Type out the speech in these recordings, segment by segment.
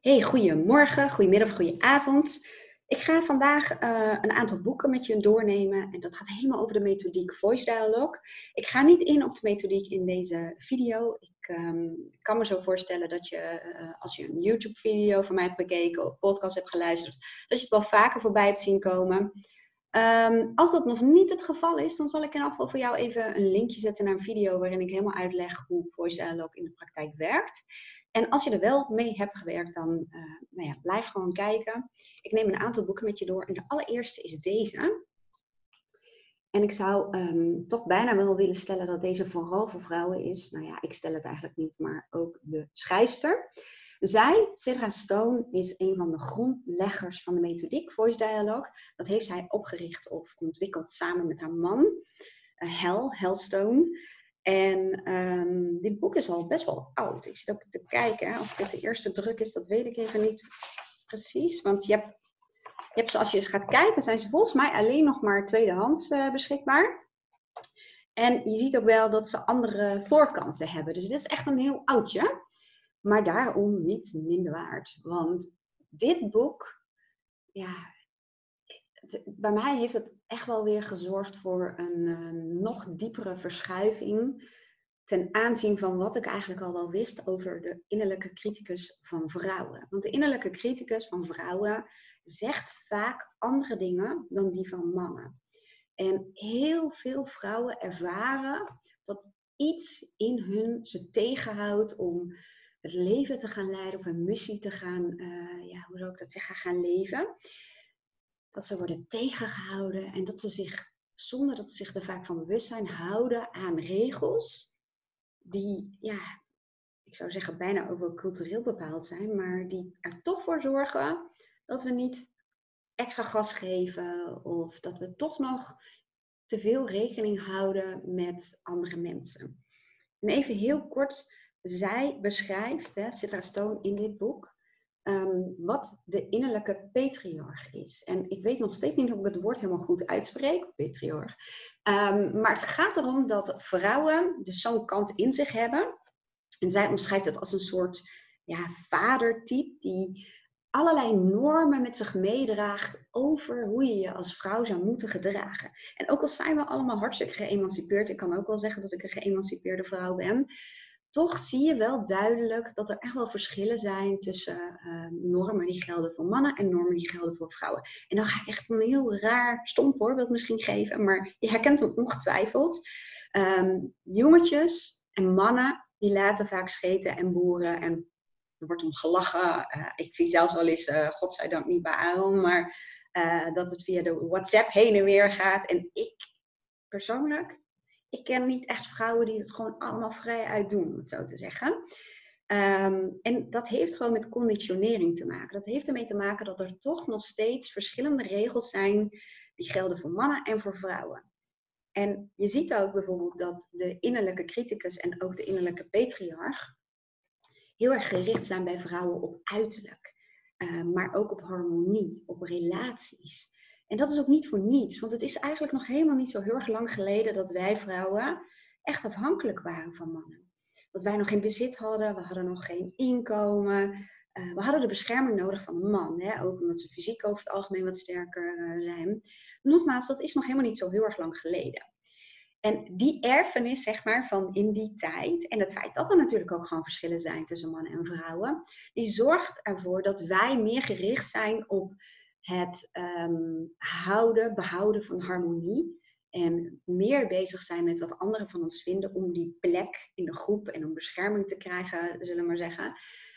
Hey, goedemorgen, goedemiddag, goedenavond. Ik ga vandaag een aantal boeken met je doornemen en dat gaat helemaal over de methodiek Voice Dialogue. Ik ga niet in op de methodiek in deze video. Ik kan me zo voorstellen dat je, als je een YouTube-video van mij hebt bekeken of podcast hebt geluisterd, dat je het wel vaker voorbij hebt zien komen. Als dat nog niet het geval is, dan zal ik in ieder geval voor jou even een linkje zetten naar een video waarin ik helemaal uitleg hoe Voice Dialogue in de praktijk werkt. En als je er wel mee hebt gewerkt, dan blijf gewoon kijken. Ik neem een aantal boeken met je door. En de allereerste is deze. En ik zou toch bijna wel willen stellen dat deze vooral voor vrouwen is. Nou ja, ik stel het eigenlijk niet, maar ook de schrijfster. Zij, Sidra Stone, is een van de grondleggers van de methodiek Voice Dialogue. Dat heeft zij opgericht of ontwikkeld samen met haar man, Hal Stone. En dit boek is al best wel oud. Ik zit ook te kijken. Of dit de eerste druk is, dat weet ik even niet precies. Want je hebt ze, als je eens gaat kijken, zijn ze volgens mij alleen nog maar tweedehands beschikbaar. En je ziet ook wel dat ze andere voorkanten hebben. Dus dit is echt een heel oudje. Maar daarom niet minder waard. Want dit boek, ja, bij mij heeft het echt wel weer gezorgd voor een nog diepere verschuiving ten aanzien van wat ik eigenlijk al wel wist over de innerlijke criticus van vrouwen. Want de innerlijke criticus van vrouwen zegt vaak andere dingen dan die van mannen. En heel veel vrouwen ervaren dat iets in hun ze tegenhoudt om het leven te gaan leiden of een missie te gaan, hoe zou ik dat zeggen, gaan leven. Dat ze worden tegengehouden en dat ze zich, zonder dat ze zich er vaak van bewust zijn, houden aan regels die, ik zou zeggen bijna ook wel cultureel bepaald zijn, maar die er toch voor zorgen dat we niet extra gas geven of dat we toch nog te veel rekening houden met andere mensen. En even heel kort, zij beschrijft, Sidra Stone in dit boek, wat de innerlijke patriarch is. En ik weet nog steeds niet of ik het woord helemaal goed uitspreek, patriarch. Maar het gaat erom dat vrouwen dus zo'n kant in zich hebben. En zij omschrijft het als een soort vadertype die allerlei normen met zich meedraagt over hoe je je als vrouw zou moeten gedragen. En ook al zijn we allemaal hartstikke geëmancipeerd, ik kan ook wel zeggen dat ik een geëmancipeerde vrouw ben, toch zie je wel duidelijk dat er echt wel verschillen zijn tussen normen die gelden voor mannen en normen die gelden voor vrouwen. En dan ga ik echt een heel raar stom voorbeeld misschien geven, maar je herkent hem ongetwijfeld. Jongetjes en mannen die laten vaak scheten en boeren en er wordt om gelachen. Ik zie zelfs wel eens, godzijdank niet bij Aaron, maar dat het via de WhatsApp heen en weer gaat. En ik persoonlijk, ik ken niet echt vrouwen die het gewoon allemaal vrij uit doen, om het zo te zeggen. En dat heeft gewoon met conditionering te maken. Dat heeft ermee te maken dat er toch nog steeds verschillende regels zijn die gelden voor mannen en voor vrouwen. En je ziet ook bijvoorbeeld dat de innerlijke criticus en ook de innerlijke patriarch heel erg gericht zijn bij vrouwen op uiterlijk. Maar ook op harmonie, op relaties. En dat is ook niet voor niets, want het is eigenlijk nog helemaal niet zo heel erg lang geleden dat wij vrouwen echt afhankelijk waren van mannen. Dat wij nog geen bezit hadden, we hadden nog geen inkomen. We hadden de bescherming nodig van een man, hè? Ook omdat ze fysiek over het algemeen wat sterker zijn. Nogmaals, dat is nog helemaal niet zo heel erg lang geleden. En die erfenis, zeg maar, van in die tijd, en het feit dat er natuurlijk ook gewoon verschillen zijn tussen mannen en vrouwen, die zorgt ervoor dat wij meer gericht zijn op het behouden van harmonie. En meer bezig zijn met wat anderen van ons vinden om die plek in de groep en om bescherming te krijgen, zullen we maar zeggen.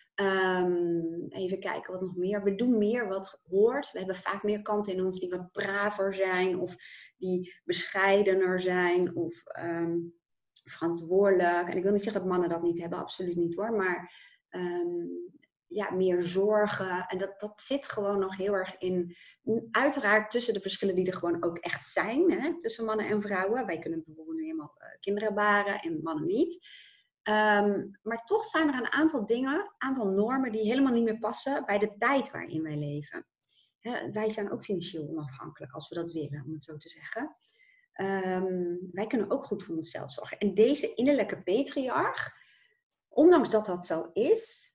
Even kijken wat nog meer. We doen meer wat hoort. We hebben vaak meer kanten in ons die wat braver zijn of die bescheidener zijn of verantwoordelijk. En ik wil niet zeggen dat mannen dat niet hebben, absoluut niet hoor. Maar meer zorgen. En dat zit gewoon nog heel erg in. Uiteraard tussen de verschillen die er gewoon ook echt zijn. Hè, tussen mannen en vrouwen. Wij kunnen bijvoorbeeld nu helemaal kinderen baren en mannen niet. Maar toch zijn er een aantal dingen, aantal normen die helemaal niet meer passen bij de tijd waarin wij leven. Wij zijn ook financieel onafhankelijk als we dat willen, om het zo te zeggen. Wij kunnen ook goed voor onszelf zorgen. En deze innerlijke patriarch, ondanks dat dat zo is,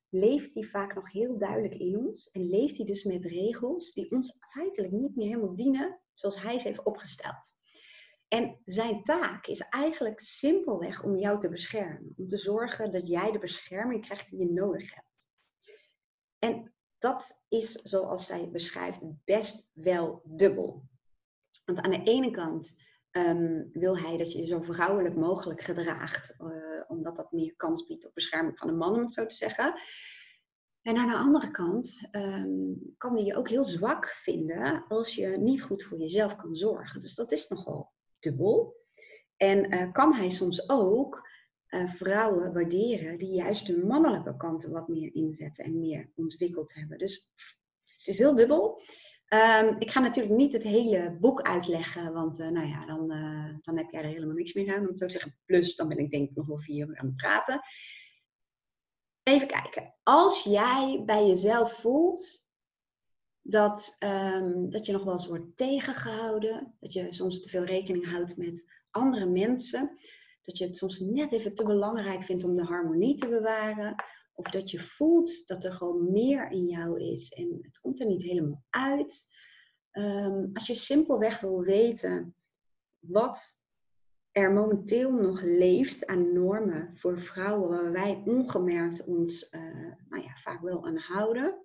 leeft die vaak nog heel duidelijk in ons. En leeft die dus met regels die ons feitelijk niet meer helemaal dienen zoals hij ze heeft opgesteld. En zijn taak is eigenlijk simpelweg om jou te beschermen. Om te zorgen dat jij de bescherming krijgt die je nodig hebt. En dat is, zoals zij het beschrijft, best wel dubbel. Want aan de ene kant wil hij dat je je zo vrouwelijk mogelijk gedraagt. Omdat dat meer kans biedt op bescherming van de man, om het zo te zeggen. En aan de andere kant kan hij je ook heel zwak vinden als je niet goed voor jezelf kan zorgen. Dus dat is nogal dubbel. En kan hij soms ook vrouwen waarderen die juist hun mannelijke kanten wat meer inzetten en meer ontwikkeld hebben. Dus het is heel dubbel. Ik ga natuurlijk niet het hele boek uitleggen, want nou ja, dan heb jij er helemaal niks meer aan, om het zo te zeggen. Plus, dan ben ik denk ik nog wel 4 uur aan het praten. Even kijken. Als jij bij jezelf voelt dat je nog wel eens wordt tegengehouden, dat je soms te veel rekening houdt met andere mensen, dat je het soms net even te belangrijk vindt om de harmonie te bewaren, of dat je voelt dat er gewoon meer in jou is en het komt er niet helemaal uit. Als je simpelweg wil weten wat er momenteel nog leeft aan normen voor vrouwen waar wij ongemerkt ons vaak wel aan houden.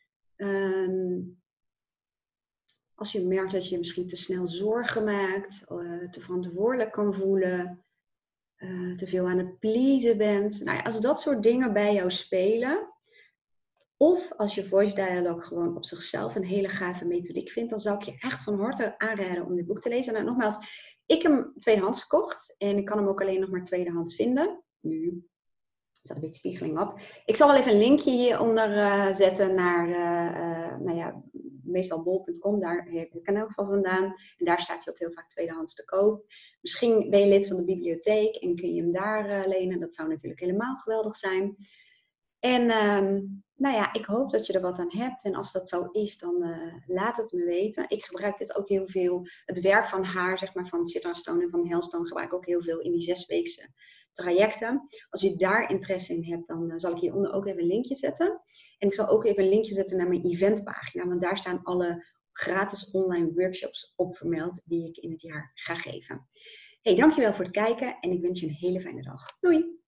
Als je merkt dat je misschien te snel zorgen maakt, te verantwoordelijk kan voelen, te veel aan het pleasen bent. Nou ja, als dat soort dingen bij jou spelen, of als je voice dialogue gewoon op zichzelf een hele gave methodiek vindt, dan zou ik je echt van harte aanraden om dit boek te lezen. Nou, nogmaals, ik heb hem tweedehands gekocht en ik kan hem ook alleen nog maar tweedehands vinden. Nu staat een beetje spiegeling op. Ik zal wel even een linkje hieronder zetten naar meestal bol.com, daar heb ik in elk geval vandaan. En daar staat hij ook heel vaak tweedehands te koop. Misschien ben je lid van de bibliotheek en kun je hem daar lenen. Dat zou natuurlijk helemaal geweldig zijn. En ik hoop dat je er wat aan hebt. En als dat zo is, dan laat het me weten. Ik gebruik dit ook heel veel. Het werk van haar, zeg maar, van Citra Stone en van Hellstone gebruik ik ook heel veel in die 6-weekse trajecten. Als je daar interesse in hebt, dan zal ik hieronder ook even een linkje zetten. En ik zal ook even een linkje zetten naar mijn eventpagina. Want daar staan alle gratis online workshops op vermeld die ik in het jaar ga geven. Hey, dankjewel voor het kijken en ik wens je een hele fijne dag. Doei!